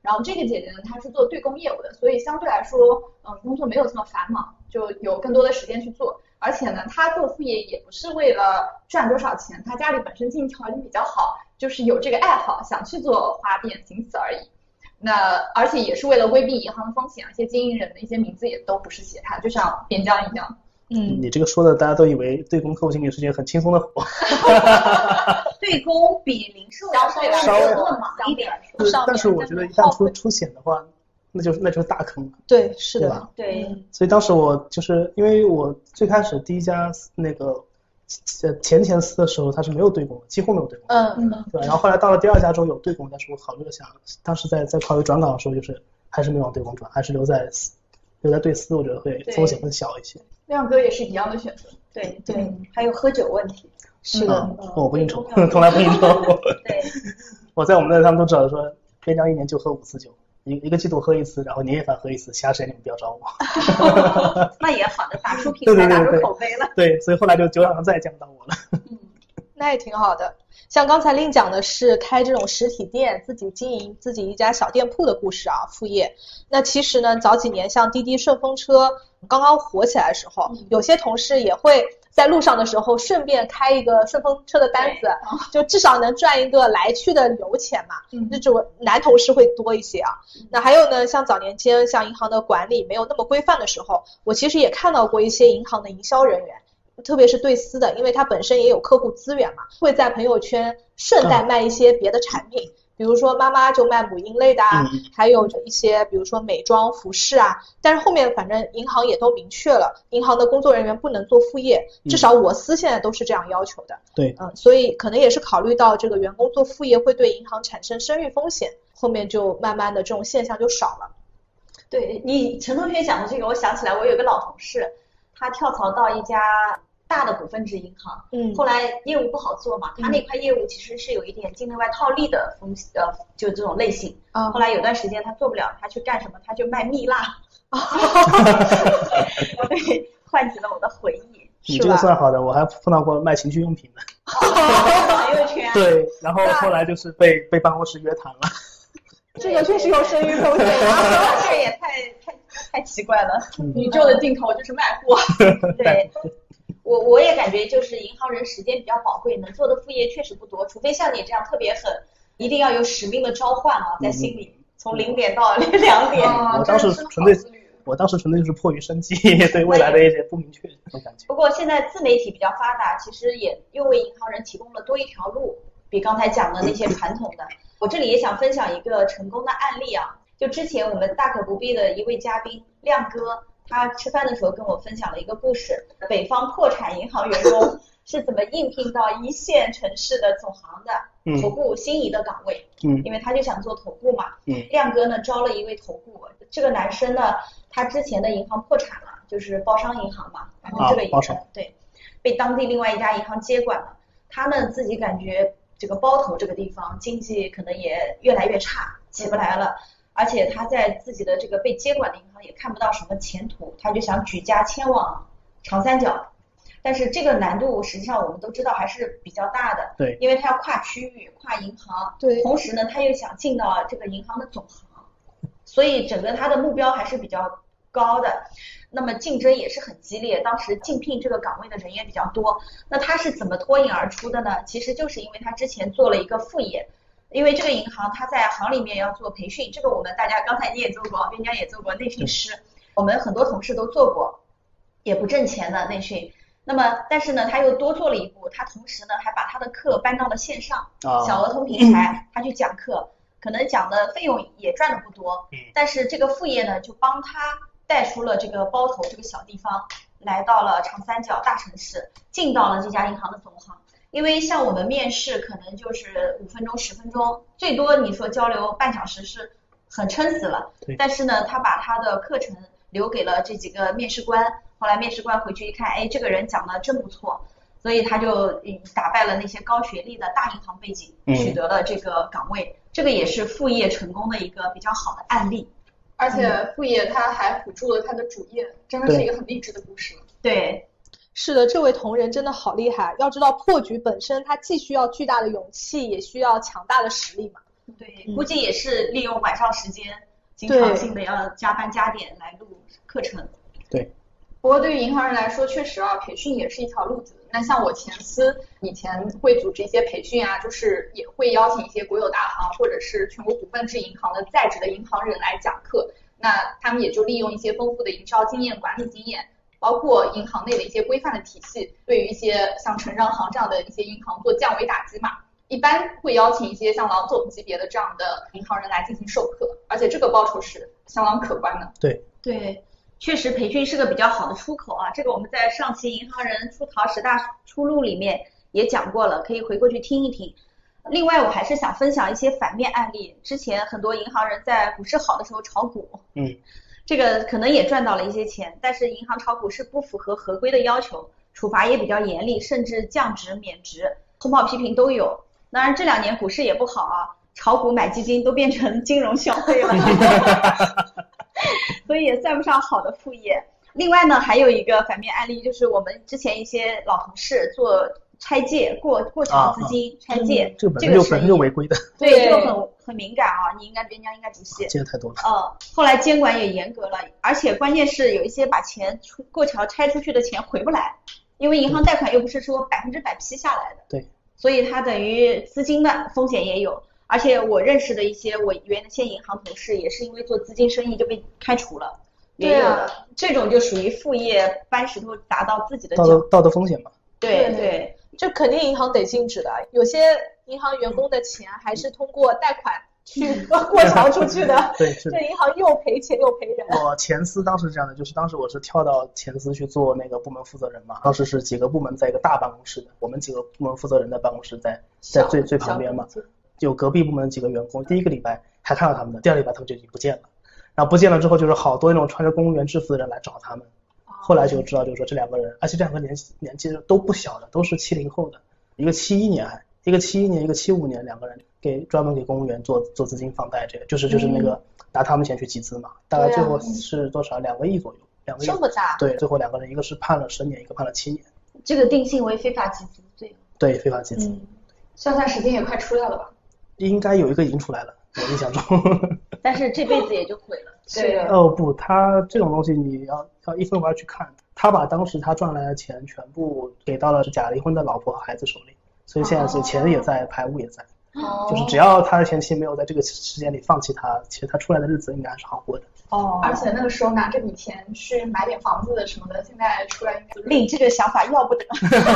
然后这个姐姐呢，她是做对公业务的，所以相对来说，嗯，工作没有这么繁忙，就有更多的时间去做。而且呢，她做副业也不是为了赚多少钱，她家里本身经济条件比较好，就是有这个爱好，想去做花店，仅此而已。那而且也是为了规避银行的风险，一些经营人的一些名字也都不是写她，就像边疆一样。 嗯，你这个说的大家都以为对公客户经理是件很轻松的活。 对公比零售相对来说更忙一点， 但是我觉得一旦出出险的话，那就是那就是大坑。 对，是的， 对吧？ 对。 所以当时我就是因为我最开始第一家那个前前司的时候，它是没有对公的，几乎没有对公。 嗯嗯。 对，然后后来到了第二家中有对公，但是我考虑了想，当时在在考虑转岗的时候，就是还是没往对公转，还是留在留在对司，我觉得会风险更小一些。 亮哥也是一样的选择。 对对，还有喝酒问题。 是的， 嗯、我不应酬，从来不应酬。 对， 我在我们那他们都知道说，边疆一年就喝五次酒，一一个季度喝一次，然后年夜饭喝一次，其他时间你们不要找我。 那也好的，打出品牌，打出口碑了。 对，所以后来就酒场上再也见不到我了。 嗯，那也挺好的。像刚才令讲的是开这种实体店，自己经营自己一家小店铺的故事啊，副业。那其实呢，早几年像滴滴顺风车刚刚火起来的时候，嗯、有些同事也会在路上的时候顺便开一个顺风车的单子，就至少能赚一个来去的油钱嘛。嗯，这种男同事会多一些啊。嗯、那还有呢，像早年间像银行的管理没有那么规范的时候，我其实也看到过一些银行的营销人员。特别是对私的，因为他本身也有客户资源嘛，会在朋友圈顺带卖一些别的产品，嗯、比如说妈妈就卖母婴类的啊，嗯、还有一些比如说美妆服饰啊。但是后面反正银行也都明确了，银行的工作人员不能做副业，至少我司现在都是这样要求的。 对， 嗯，所以可能也是考虑到这个员工做副业会对银行产生声誉风险，后面就慢慢的这种现象就少了。 对，你陈同学讲的这个，我想起来我有个老同事。他跳槽到一家大的股份制银行，嗯，后来业务不好做嘛，他那块业务其实是有一点境内外套利的风险，呃，就这种类型。啊、后来有段时间他做不了，他去干什么？他就卖蜜蜡，对，唤起了我的回忆。 你这个算好的，我还碰到过卖情趣用品的。 朋友圈。 对，然后后来就是被被办公室约谈了。 这个确实有声誉风险啊， 这也太太太奇怪了。 宇宙的尽头就是卖货。 对，我我也感觉就是银行人时间比较宝贵，能做的副业确实不多，除非像你这样特别狠，一定要有使命的召唤啊，在心里，嗯、从零点到两点。 啊、我当时纯粹，我当时纯粹就是迫于生计，对未来的一些不明确这种感觉。 不过现在自媒体比较发达，其实也又为银行人提供了多一条路，比刚才讲的那些传统的。我这里也想分享一个成功的案例啊，就之前我们大可不必的一位嘉宾亮哥，他吃饭的时候跟我分享了一个故事，北方破产银行员工是怎么应聘到一线城市的总行的头部心仪的岗位，嗯，因为他就想做头部嘛，嗯，亮哥呢招了一位头部，这个男生呢，他之前的银行破产了，就是包商银行嘛，然后这个银行、啊、对，被当地另外一家银行接管了，他呢自己感觉这个包头这个地方经济可能也越来越差，起不来了，而且他在自己的这个被接管的银行也看不到什么前途，他就想举家迁往长三角，但是这个难度实际上我们都知道还是比较大的， 对， 因为他要跨区域、跨银行， 对， 同时呢他又想进到这个银行的总行，所以整个他的目标还是比较高的。那么竞争也是很激烈，当时竞聘这个岗位的人也比较多。那他是怎么脱颖而出的呢？其实就是因为他之前做了一个副业，因为这个银行他在行里面要做培训，这个我们大家刚才你也做过，边疆也做过内训师，我们很多同事都做过，也不挣钱的内训。那么但是呢他又多做了一步，他同时呢还把他的课搬到了线上，哦、小儿童平台，他去讲课，可能讲的费用也赚的不多，但是这个副业呢就帮他带出了这个包头这个小地方，来到了长三角大城市，进到了这家银行的总行。因为像我们面试可能就是五分钟十分钟，最多你说交流半小时是很撑死了，但是呢他把他的课程留给了这几个面试官，后来面试官回去一看，哎，这个人讲的真不错，所以他就打败了那些高学历的大银行背景，取得了这个岗位、嗯、这个也是副业成功的一个比较好的案例。 而且副业他还辅助了他的主业，真的是一个很励志的故事。 对， 是的，这位同仁真的好厉害。要知道破局本身它既需要巨大的勇气，也需要强大的实力嘛。 对， 嗯估计也是利用晚上时间，经常性的要加班加点来录课程。 对。 不过对于银行人来说，确实啊，培训也是一条路子。那像我前司以前会组织一些培训啊，就是也会邀请一些国有大行或者是全国股份制银行的在职的银行人来讲课。那他们也就利用一些丰富的营销经验、管理经验，包括银行内的一些规范的体系，对于一些像城商行这样的一些银行做降维打击嘛。一般会邀请一些像老总级别的这样的银行人来进行授课，而且这个报酬是相当可观的。 对对，确实培训是个比较好的出口啊，这个我们在上期银行人出逃十大出路里面也讲过了，可以回过去听一听。另外我还是想分享一些反面案例，之前很多银行人在股市好的时候炒股， 嗯， 这个可能也赚到了一些钱，但是银行炒股是不符合合规的要求，处罚也比较严厉，甚至降职免职，通报批评都有。当然这两年股市也不好啊，炒股买基金都变成金融消费了所以也算不上好的副业。另外呢，还有一个反面案例，就是我们之前一些老同事做拆借过过桥资金、啊、拆借、嗯、 这个本身就本身就违规的， 对，就很很敏感啊，你应该边疆应该不屑， 借的太多了。 呃，后来监管也严格了，而且关键是有一些把钱出过桥拆出去的钱回不来，因为银行贷款又不是说百分之百批下来的， 对， 所以它等于资金的风险也有。而且我认识的一些我原先银行同事也是因为做资金生意就被开除了，也有的，这种就属于副业搬石头砸到自己的脚， 道德道德风险嘛。 对 对, 对， 就肯定银行得禁止的，有些银行员工的钱还是通过贷款去过桥出去的， 对，是的， 这银行又赔钱又赔人。 我前司当时这样的，就是当时我是跳到前司去做那个部门负责人嘛，当时是几个部门在一个大办公室的，我们几个部门负责人的办公室在在最最旁边嘛，有隔壁部门几个员工，第一个礼拜还看到他们的，第二礼拜他们就已经不见了，然后不见了之后就是好多那种穿着公务员制服的人来找他们，后来就知道就是说这两个人，而且这两个年纪年纪都不小的，都是七零后的，一个七一年还一个七一年一个七五年，两个人给专门给公务员做做资金放贷，这个就是就是那个拿他们钱去集资嘛，大概最后是多少两个亿左右，两个亿这么大？ 对，最后两个人一个是判了十年，一个判了七年。 这个定性为非法集资罪。 对，非法集资。 嗯，算算时间也快出来了吧？ 应该有一个已经出来了，我印象中。 但是这辈子也就毁了。 对。 哦不，他这种东西你要要一分为二去看，他把当时他赚来的钱全部给到了假离婚的老婆和孩子手里，所以现在是钱也在，排污也在。哦。就是只要他的前妻没有在这个时间里放弃他，其实他出来的日子应该还是好过的。 哦。而且那个时候拿这笔钱去买点房子什么的，现在出来应该令这个想法要不得。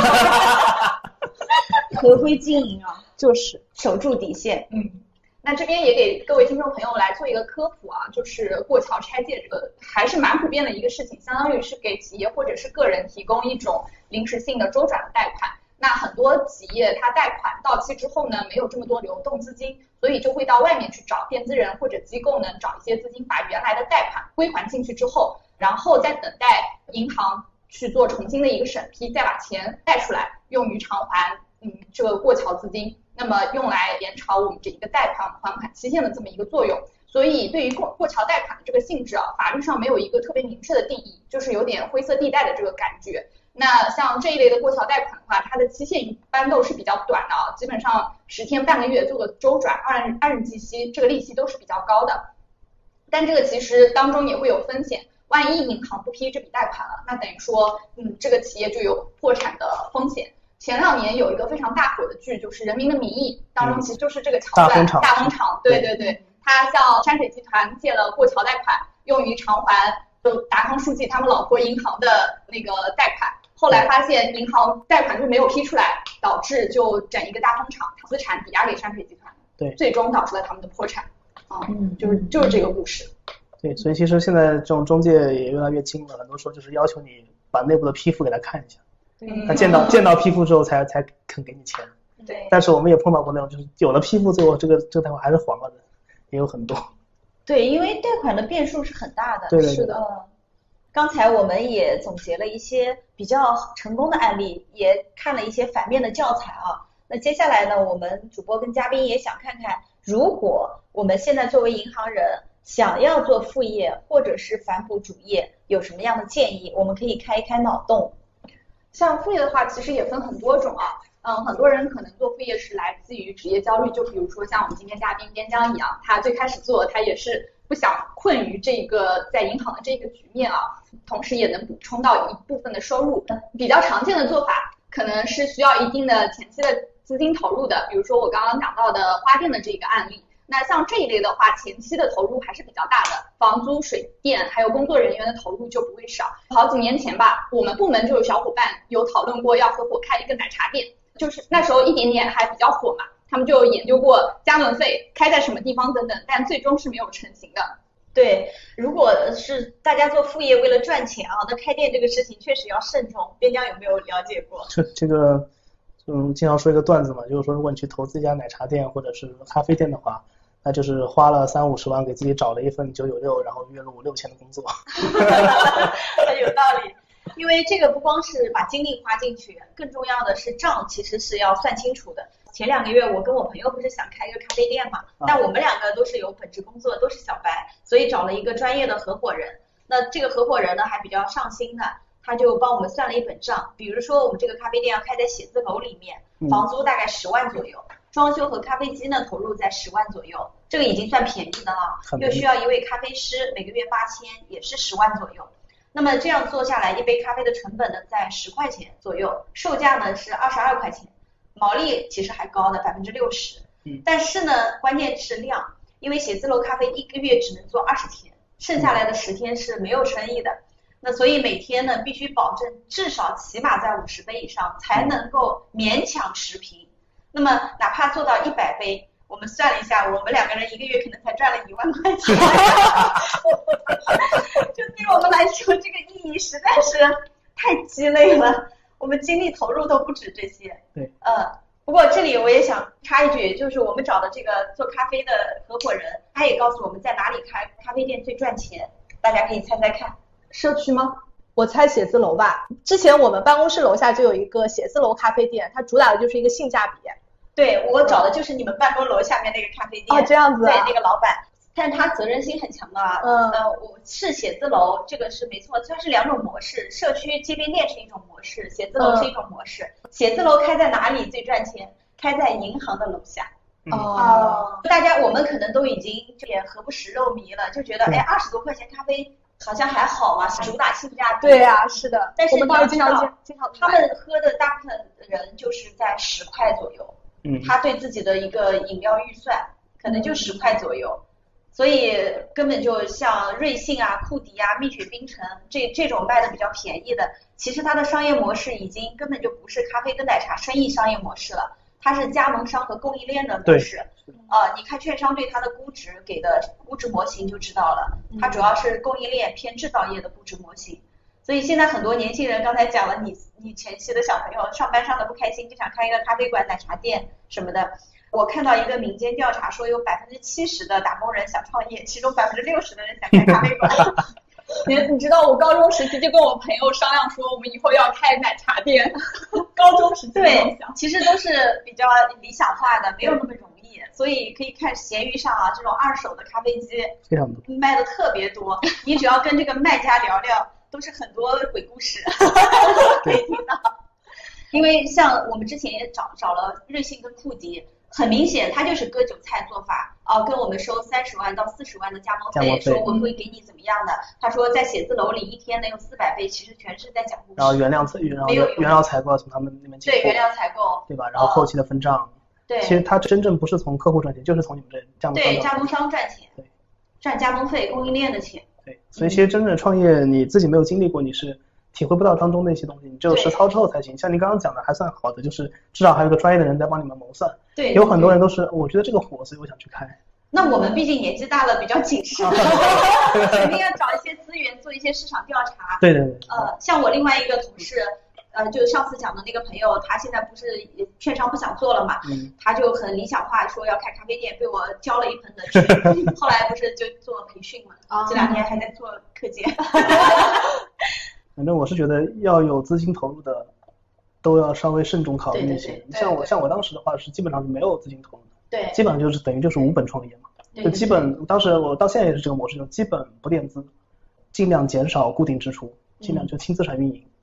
合规经营啊， 就是守住底线。 嗯，那这边也给各位听众朋友来做一个科普啊，就是过桥拆借这个还是蛮普遍的一个事情，相当于是给企业或者是个人提供一种临时性的周转的贷款。那很多企业它贷款到期之后呢，没有这么多流动资金，所以就会到外面去找垫资人或者机构呢，找一些资金把原来的贷款归还进去之后，然后再等待银行去做重新的一个审批，再把钱贷出来，用于偿还嗯这个过桥资金，那么用来延长我们这一个贷款还款期限的这么一个作用。所以对于过过桥贷款的这个性质啊，法律上没有一个特别明确的定义，就是有点灰色地带的这个感觉。那像这一类的过桥贷款的话，它的期限一般都是比较短的啊，基本上十天半个月做个周转，按按日计息，这个利息都是比较高的。但这个其实当中也会有风险，万一银行不批这笔贷款了，那等于说嗯这个企业就有破产的风险。前两年有一个非常大火的剧，就是《人民的名义》，当中其实就是这个桥段， 大风场， 大风场，对对对，他向山水集团借了过桥贷款，用于偿还就达康书记他们老婆银行的那个贷款。后来发现银行贷款就没有批出来，导致就整一个大风场，资产抵押给山水集团， 对， 最终导致了他们的破产。啊、嗯，就是就是这个故事。 对，所以其实现在这种中介也越来越精了，很多时候就是要求你把内部的批复给他看一下，他见到见到批复之后才才肯给你钱。 对。 但是我们也碰到过那种，就是有了批复之后，这个这个贷款还是还了的，也有很多。 对，因为贷款的变数是很大的。 对对对。 是的。刚才我们也总结了一些比较成功的案例，也看了一些反面的教材啊。那接下来呢，我们主播跟嘉宾也想看看，如果我们现在作为银行人想要做副业或者是反哺主业，有什么样的建议？我们可以开一开脑洞。 像副业的话，其实也分很多种啊。 嗯，很多人可能做副业是来自于职业焦虑，就比如说像我们今天嘉宾边疆一样，他最开始做，他也是不想困于这个在银行的这个局面啊，同时也能补充到一部分的收入。比较常见的做法可能是需要一定的前期的资金投入的，比如说我刚刚讲到的花店的这个案例。那像这一类的话，前期的投入还是比较大的，房租、水电还有工作人员的投入就不会少。好几年前吧，我们部门就有小伙伴有讨论过要合伙开一个奶茶店，就是那时候一点点还比较火嘛，他们就研究过加盟费开在什么地方等等，但最终是没有成型的。 对，如果是大家做副业为了赚钱啊，那开店这个事情确实要慎重。边疆有没有了解过？ 这这个，嗯，经常说一个段子嘛，就是说如果你去投资一家奶茶店或者是咖啡店的话，那就是花了三五十万给自己找了一份九九六，然后月入五六千的工作。 很有道理，因为这个不光是把精力花进去，更重要的是账其实是要算清楚的。前两个月我跟我朋友不是想开一个咖啡店嘛， 啊、 但我们两个都是有本职工作，都是小白，所以找了一个专业的合伙人。那这个合伙人呢还比较上心的，他就帮我们算了一本账，比如说我们这个咖啡店要开在写字楼里面，房租大概十万左右。嗯，装修和咖啡机呢投入在十万左右，这个已经算便宜的了，又需要一位咖啡师，每个月八千，也是十万左右。那么这样做下来，一杯咖啡的成本呢在十块钱左右，售价呢是二十二块钱，毛利其实还高的百分之六十。嗯，但是呢，关键是量，因为写字楼咖啡一个月只能做二十天，剩下来的十天是没有生意的。那所以每天呢必须保证至少起码在五十杯以上，才能够勉强持平。那么哪怕做到一百杯，我们算了一下，我们两个人一个月可能才赚了一万块钱。就对我们来说，这个意义实在是太鸡肋了，我们精力投入都不止这些。 对， 呃，不过这里我也想插一句，就是我们找的这个做咖啡的合伙人，他也告诉我们在哪里开咖啡店最赚钱，大家可以猜猜看。 社区吗？ 我猜写字楼吧。之前我们办公室楼下就有一个写字楼咖啡店，它主打的就是一个性价比。 对，我找的就是你们办公楼下面那个咖啡店。 哦，这样子啊。 对，那个老板，但他责任心很强的啊。 嗯。 呃，我是写字楼，这个是没错，它是两种模式，社区街边店是一种模式，写字楼是一种模式。嗯、写字楼开在哪里最赚钱？开在银行的楼下。 哦。 大家我们可能都已经也何不食肉糜了，就觉得哎，二十多块钱咖啡。好像还好嘛，主打性价比。 对呀、啊，是的。 但是我们当时经常经常他们喝的大部分人就是在十块左右。 嗯。 他对自己的一个饮料预算可能就十块左右，所以根本就像瑞幸啊、库迪啊、蜜雪冰城这这种卖的比较便宜的，其实它的商业模式已经根本就不是咖啡跟奶茶生意商业模式了。它是加盟商和供应链的模式，呃，你看券商对它的估值给的估值模型就知道了，它主要是供应链偏制造业的估值模型。所以现在很多年轻人刚才讲了你，你前期的小朋友上班上的不开心，就想开一个咖啡馆、奶茶店什么的。我看到一个民间调查说，有百分之七十的打工人想创业，其中百分之六十的人想开咖啡馆。 你你知道我高中时期就跟我朋友商量说，我们以后要开奶茶店。高中时期对，其实都是比较理想化的，没有那么容易。所以可以看闲鱼上啊，这种二手的咖啡机非常多， 卖的特别多。你只要跟这个卖家聊聊，都是很多鬼故事可以听到。因为像我们之前也找找了瑞幸跟库迪，很明显他就是割韭菜做法啊，跟我们收三十万到四十万的加盟费，说我会给你怎么样的。他说在写字楼里一天能有四百杯，其实全是在讲故事。 然后原料然后原料采购从他们那边进对原料采购， 对吧？然后后期的分账。呃、 对， 其实他真正不是从客户赚钱，就是从你们这加盟商对加盟商赚钱， 对， 赚加盟费、供应链的钱。 对，所以其实真正创业，你自己没有经历过，你是体会不到当中的一些东西，你只有实操之后才行。像您刚刚讲的还算好的，就是至少还有个专业的人在帮你们谋算。 对， 有很多人都是我觉得这个火，所以我想去开。 那我们毕竟年纪大了，比较谨慎，肯定要找一些资源，做一些市场调查。 对对对。 呃，像我另外一个同事，呃，就上次讲的那个朋友，他现在不是券商不想做了嘛，嗯、他就很理想化说要开咖啡店，被我浇了一盆冷水。后来不是就做培训嘛，哦、这两天还在做课件。 反正我是觉得要有资金投入的，都要稍微慎重考虑一些。 对对对对像我像我当时的话是基本上是没有资金投入的， 对， 基本上就是等于就是无本创业嘛。 对就基本当时我到现在也是这个模式，就基本不垫资，尽量减少固定支出，尽量就轻资产运营。 嗯、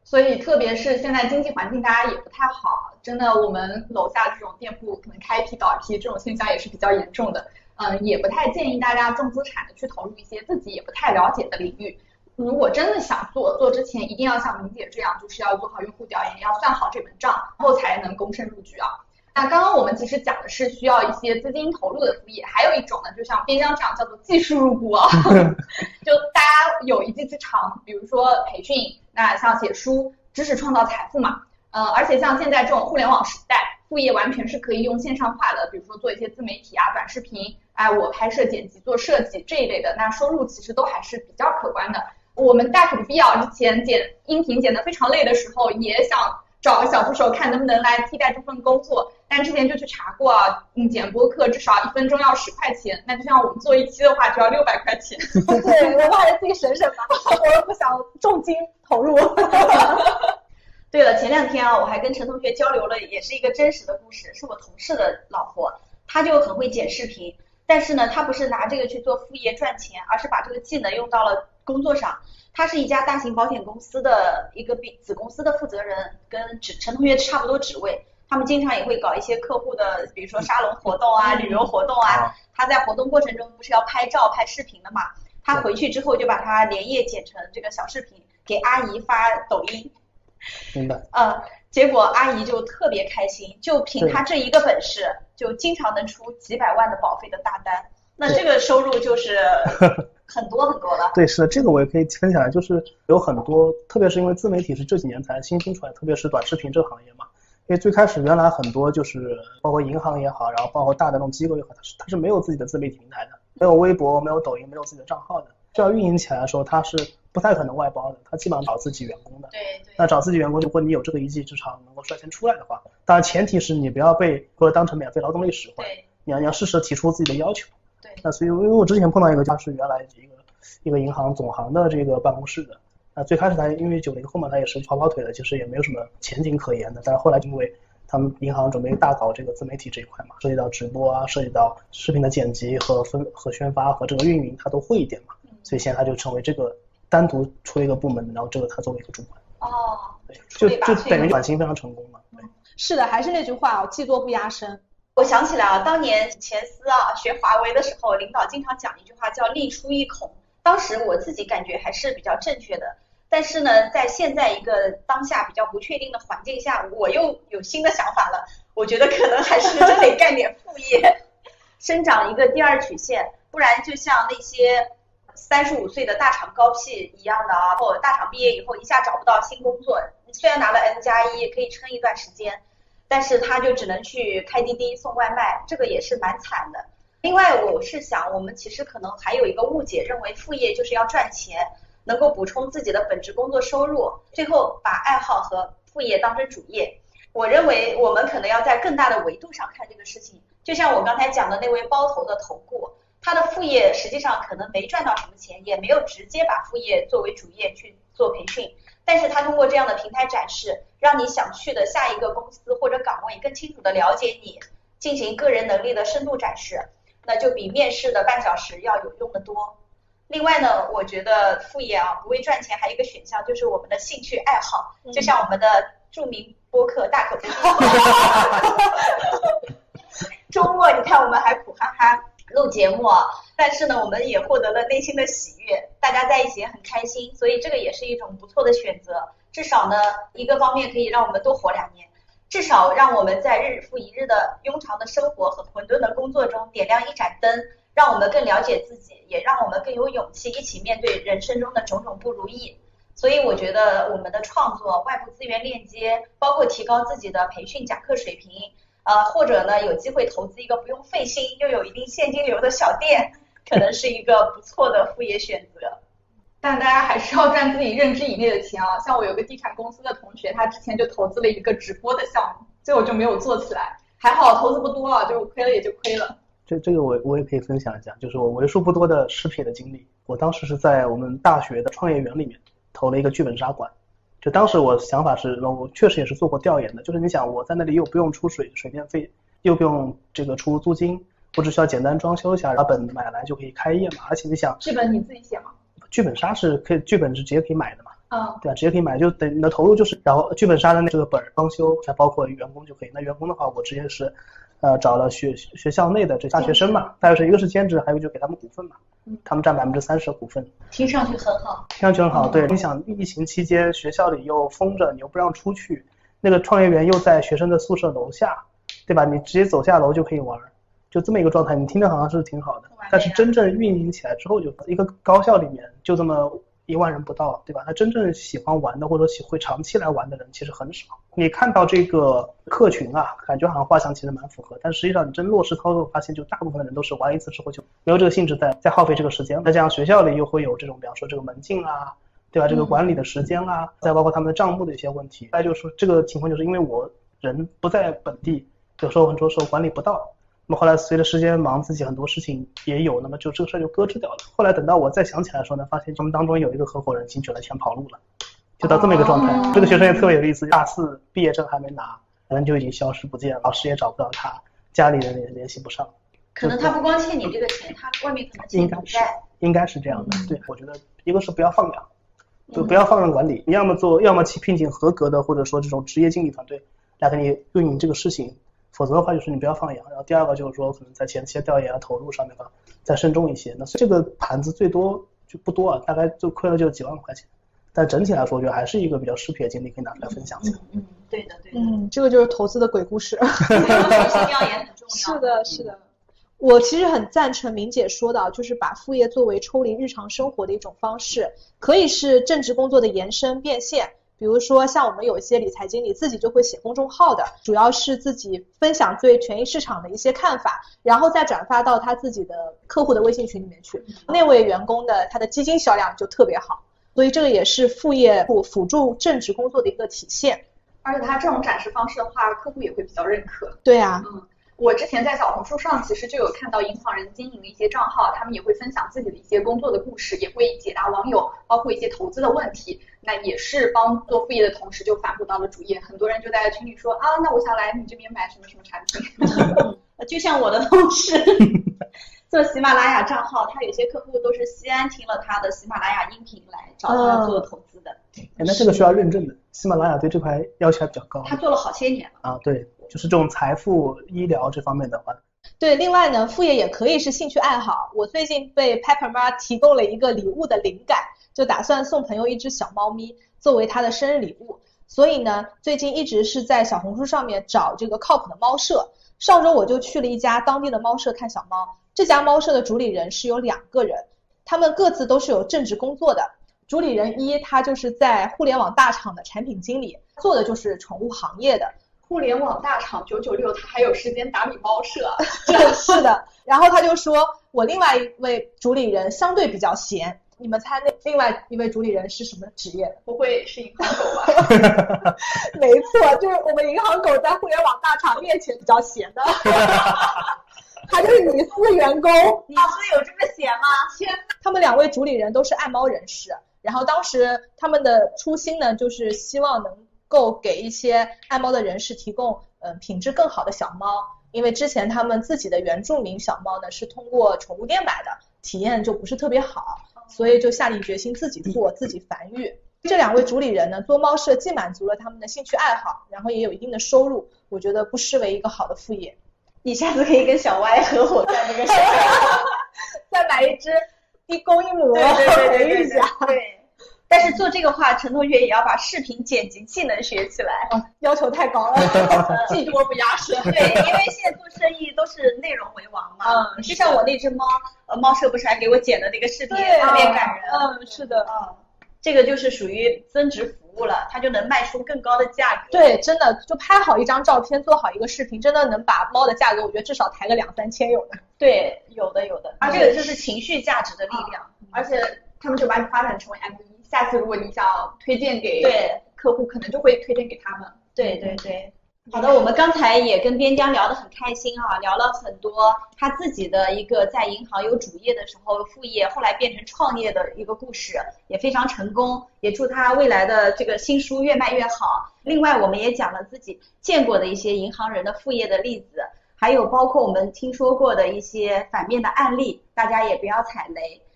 所以特别是现在经济环境大家也不太好，真的我们楼下这种店铺可能开一批倒一批，这种现象也是比较严重的。嗯，也不太建议大家重资产的去投入一些自己也不太了解的领域。如果真的想做，做之前一定要像明姐这样，就是要做好用户调研，要算好这本账，然后才能躬身入局啊。那刚刚我们其实讲的是需要一些资金投入的副业，还有一种呢，就像边疆这样叫做技术入股啊，就大家有一技之长，比如说培训，那像写书，知识创造财富嘛，呃，而且像现在这种互联网时代，副业完全是可以用线上化的，比如说做一些自媒体啊、短视频，哎，我拍摄、剪辑、做设计这一类的，那收入其实都还是比较可观的。我们大可不必要之前剪音频剪得非常累的时候，也想找个小助手看能不能来替代这份工作，但之前就去查过啊，嗯，剪播客至少一分钟要十块钱，那就像我们做一期的话就要六百块钱。 对，我们还是自己省省吧，我不想重金投入。 对了，前两天啊，我还跟陈同学交流了，也是一个真实的故事，是我同事的老婆，她就很会剪视频，但是呢，她不是拿这个去做副业赚钱，而是把这个技能用到了工作上。她是一家大型保险公司的一个子公司的负责人，跟陈同学差不多职位。他们经常也会搞一些客户的，比如说沙龙活动啊、旅游活动啊。他在活动过程中不是要拍照、拍视频的嘛？他回去之后就把它连夜剪成这个小视频，给阿姨发抖音。 明白。 呃，结果阿姨就特别开心，就凭他这一个本事，就经常能出几百万的保费的大单。那这个收入就是很多很多了。 对，是的，这个我也可以分享，就是有很多，特别是因为自媒体是这几年才新兴出来，特别是短视频这个行业嘛。因为最开始原来很多就是包括银行也好，然后包括大的那种机构也好，它是它是没有自己的自媒体平台的，没有微博，没有抖音，没有自己的账号的。这要运营起来的时候，它是不太可能外包的，它基本上找自己员工的。 对对。 那找自己员工，如果你有这个一技之长，能够率先出来的话，当然前提是你不要被或者当成免费劳动力使唤。 对。 你要你要适时提出自己的要求。 对。 那所以，因为我之前碰到一个，他是原来一个一个银行总行的这个办公室的。那最开始他因为九零后嘛，他也是跑跑腿的，其实也没有什么前景可言的。但是后来因为他们银行准备大搞这个自媒体这一块嘛，涉及到直播啊，涉及到视频的剪辑和分和宣发和这个运营，他都会一点嘛。所以现在他就成为这个单独出了一个部门，然后这个他作为一个主管。 哦， 对，就就等于转型非常成功了。对， 是的，还是那句话啊，技多不压身。 我想起来啊，当年前司啊学华为的时候，领导经常讲一句话叫利出一孔，当时我自己感觉还是比较正确的。但是呢，在现在一个当下比较不确定的环境下，我又有新的想法了。我觉得可能还是真得干点副业，生长一个第二曲线，不然就像那些三十五岁的大厂高 P 一样的啊，或大厂毕业以后一下找不到新工作，虽然拿了 N 加一可以撑一段时间，但是他就只能去开滴滴送外卖，这个也是蛮惨的。另外，我是想，我们其实可能还有一个误解，认为副业就是要赚钱，能够补充自己的本职工作收入，最后把爱好和副业当成主业。我认为我们可能要在更大的维度上看这个事情，就像我刚才讲的那位包头的投顾，他的副业实际上可能没赚到什么钱，也没有直接把副业作为主业去做培训，但是他通过这样的平台展示，让你想去的下一个公司或者岗位更清楚的了解你，进行个人能力的深度展示，那就比面试的半小时要有用的多。另外呢，我觉得副业啊，不为赚钱，还有一个选项就是我们的兴趣爱好，就像我们的著名播客大可不必。周末你看我们还苦哈哈录节目啊，但是呢，我们也获得了内心的喜悦，大家在一起也很开心，所以这个也是一种不错的选择。至少呢，一个方面可以让我们多活两年，至少让我们在日复一日的庸常的生活和混沌的工作中点亮一盏灯，让我们更了解自己，也让我们更有勇气一起面对人生中的种种不如意。所以我觉得我们的创作、外部资源链接，包括提高自己的培训讲课水平，呃，或者呢有机会投资一个不用费心又有一定现金流的小店，可能是一个不错的副业选择。 但大家还是要赚自己认知以内的钱啊！像我有个地产公司的同学，他之前就投资了一个直播的项目，最后就没有做起来。还好投资不多啊，就亏了也就亏了。 这这个我我也可以分享一下，就是我为数不多的失撇的经历。我当时是在我们大学的创业园里面投了一个剧本杀馆。就当时我想法是，我确实也是做过调研的，就是你想我在那里又不用出水水电费，又不用这个出租金，我只需要简单装修一下，把本买来就可以开业嘛。而且你想， 剧本你自己写吗？ 剧本杀是可以，剧本是直接可以买的嘛， 嗯， 对吧？直接可以买，就等你的投入就是，然后剧本杀的那个本装修，还包括员工就可以。那员工的话，我直接是，呃，找了学学校内的这大学生嘛，大学生一个是兼职，还有就给他们股份嘛，他们占百分之三十的股份。 听上去很好， 听上去很好。对，你想疫情期间学校里又封着，你又不让出去，那个创业园又在学生的宿舍楼下，对吧？你直接走下楼就可以玩，就这么一个状态，你听着好像是挺好的，但是真正运营起来之后，就一个高校里面就这么一万人不到，对吧？他真正喜欢玩的或者喜会长期来玩的人其实很少。你看到这个客群啊，感觉好像画像其实蛮符合，但实际上你真落实操作，发现就大部分的人都是玩一次之后就没有这个兴致再再耗费这个时间。那这样学校里又会有这种，比方说这个门禁啊，对吧？这个管理的时间啊，再包括他们的账目的一些问题。再就是说这个情况就是因为我人不在本地，有时候很多时候管理不到。那么后来随着时间忙，自己很多事情也有，那么就这个事儿就搁置掉了。后来等到我再想起来的时候呢，发现他们当中有一个合伙人已经卷了钱跑路了，就到这么一个状态。哦、这个学生也特别有意思，大四毕业证还没拿，人就已经消失不见了，老师也找不到他，家里人也联系不上。 可能他不光欠你这个钱，他外面可能欠你债。 应该是这样的。嗯、对，我觉得一个是不要放养，就不要放任管理，你要么做，要么去聘请合格的或者说这种职业经理团队来给你运营这个事情。否则的话就是你不要放养，然后第二个就是说可能在前期的调研啊投入上面吧再慎重一些。那这个盘子最多就不多啊，大概就亏了就几万块钱，但整体来说我觉得还是一个比较失皮的经历可以拿出来分享一下。 嗯嗯，对的对的。 嗯，这个就是投资的鬼故事。 前期调研很重要。 是的是的。我其实很赞成明姐说的，就是把副业作为抽离日常生活的一种方式，可以是正职工作的延伸变现。比如说像我们有一些理财经理自己就会写公众号的，主要是自己分享对权益市场的一些看法，然后再转发到他自己的客户的微信群里面去，那位员工的他的基金销量就特别好，所以这个也是副业辅助正职工作的一个体现。 而且他这种展示方式的话，客户也会比较认可。 对啊， 嗯。我之前在小红书上其实就有看到银行人经营的一些账号，他们也会分享自己的一些工作的故事，也会解答网友包括一些投资的问题，那也是帮做副业的同时就反哺到了主业。很多人就在群里说啊，那我想来你这边买什么什么产品。 就像我的同事做喜马拉雅账号，他有些客户都是西安听了他的喜马拉雅音频来找他做投资的。 哎、嗯，那这个需要认证的，喜马拉雅对这块要求还比较高。 他做了好些年了。 啊，对。就是这种财富医疗这方面的话， 对，另外呢，副业也可以是兴趣爱好。我最近被 Pepper 妈提供了一个礼物的灵感，就打算送朋友一只小猫咪作为他的生日礼物。所以呢，最近一直是在小红书上面找这个靠谱的猫舍。上周我就去了一家当地的猫舍看小猫，这家猫舍的主理人是有两个人，他们各自都是有正职工作的。主理人一，他就是在互联网大厂的产品经理，做的就是宠物行业的。 互联网大厂九九六，他还有时间打理猫舍。 是的，然后他就说我另外一位主理人相对比较闲，你们猜那另外一位主理人是什么职业？ 不会是银行狗吧？ 没错，就是我们银行狗在互联网大厂面前比较闲的。他就是女司员工。 女司有这么闲吗？ 天，他们两位主理人都是爱猫人士，然后当时他们的初心呢，就是希望能够给一些爱猫的人士提供呃品质更好的小猫，因为之前他们自己的原住民小猫呢是通过宠物店买的，体验就不是特别好，所以就下定决心自己做，自己繁育。这两位主理人呢，做猫舍既满足了他们的兴趣爱好，然后也有一定的收入，我觉得不失为一个好的副业。 你下次可以跟小歪合伙干这个事再买一只一公一母， 对对对对对一下。 对。但是做这个话，陈同学也要把视频剪辑技能学起来， 哦、要求太高了，技多不压身。 对，因为现在做生意都是内容为王嘛。嗯，就像我那只猫，呃，猫舍不是还给我剪的那个视频，特别感人。 嗯，是的。 嗯，这个就是属于增值服务了，它就能卖出更高的价格。 对，真的就拍好一张照片，做好一个视频，真的能把猫的价格，我觉得至少抬个两三千有的。 对，有的有的。而这个就是情绪价值的力量， 嗯、而且他们就把你发展成为 M V。下次如果你想推荐给客户，可能就会推荐给他们。 对对对。好的，我们刚才也跟边疆聊得很开心啊，聊了很多他自己的一个在银行有主业的时候副业，后来变成创业的一个故事，也非常成功，也祝他未来的这个新书越卖越好。另外我们也讲了自己见过的一些银行人的副业的例子，还有包括我们听说过的一些反面的案例，大家也不要踩雷。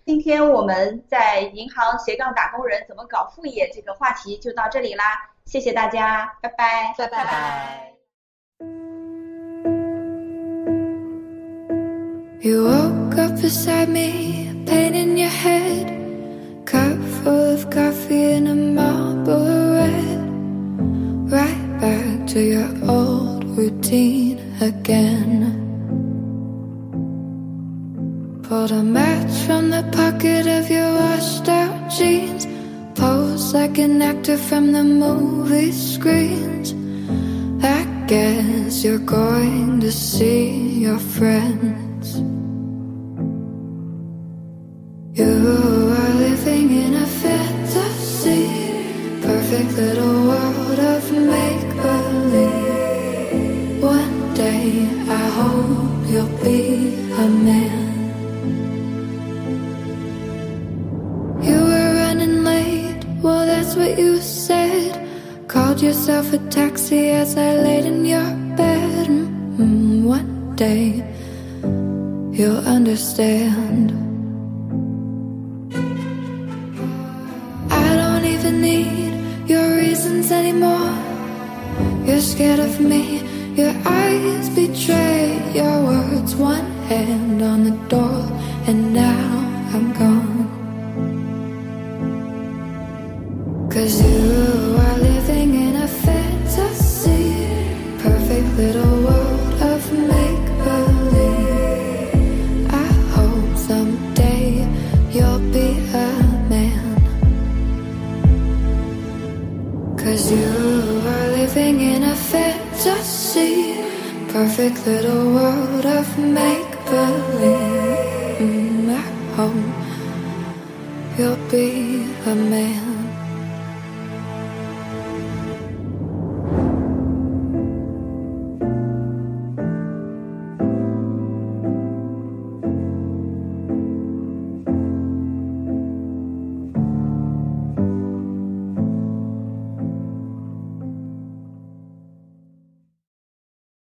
今天我们在银行斜杠打工人怎么搞副业这个话题就到这里啦，谢谢大家，拜拜， 拜拜拜。 You woke up beside me, pain in your head, cup full of coffee and a Marlboro Red. Right back to your old routine again. Pulled a match from the pocket of your washed out jeans, posed like an actor from the movie screens. I guess you're going to see your friends. You are living in a fantasy, perfect little world of make-believe. One day I hope you'll be a man. You were running late, well that's what you said. Called yourself a taxi as I laid in your bed. Mm-hmm. One day you'll understand. I don't even need your reasons anymore. You're scared of me, your eyes betray your words. One hand on the door and now I'm gone. Cause you are living in a fantasy, perfect little world of make-believe. I hope someday you'll be a man. Cause you are living in a fantasy, perfect little world of make-believe. mm, I hope you'll be a man.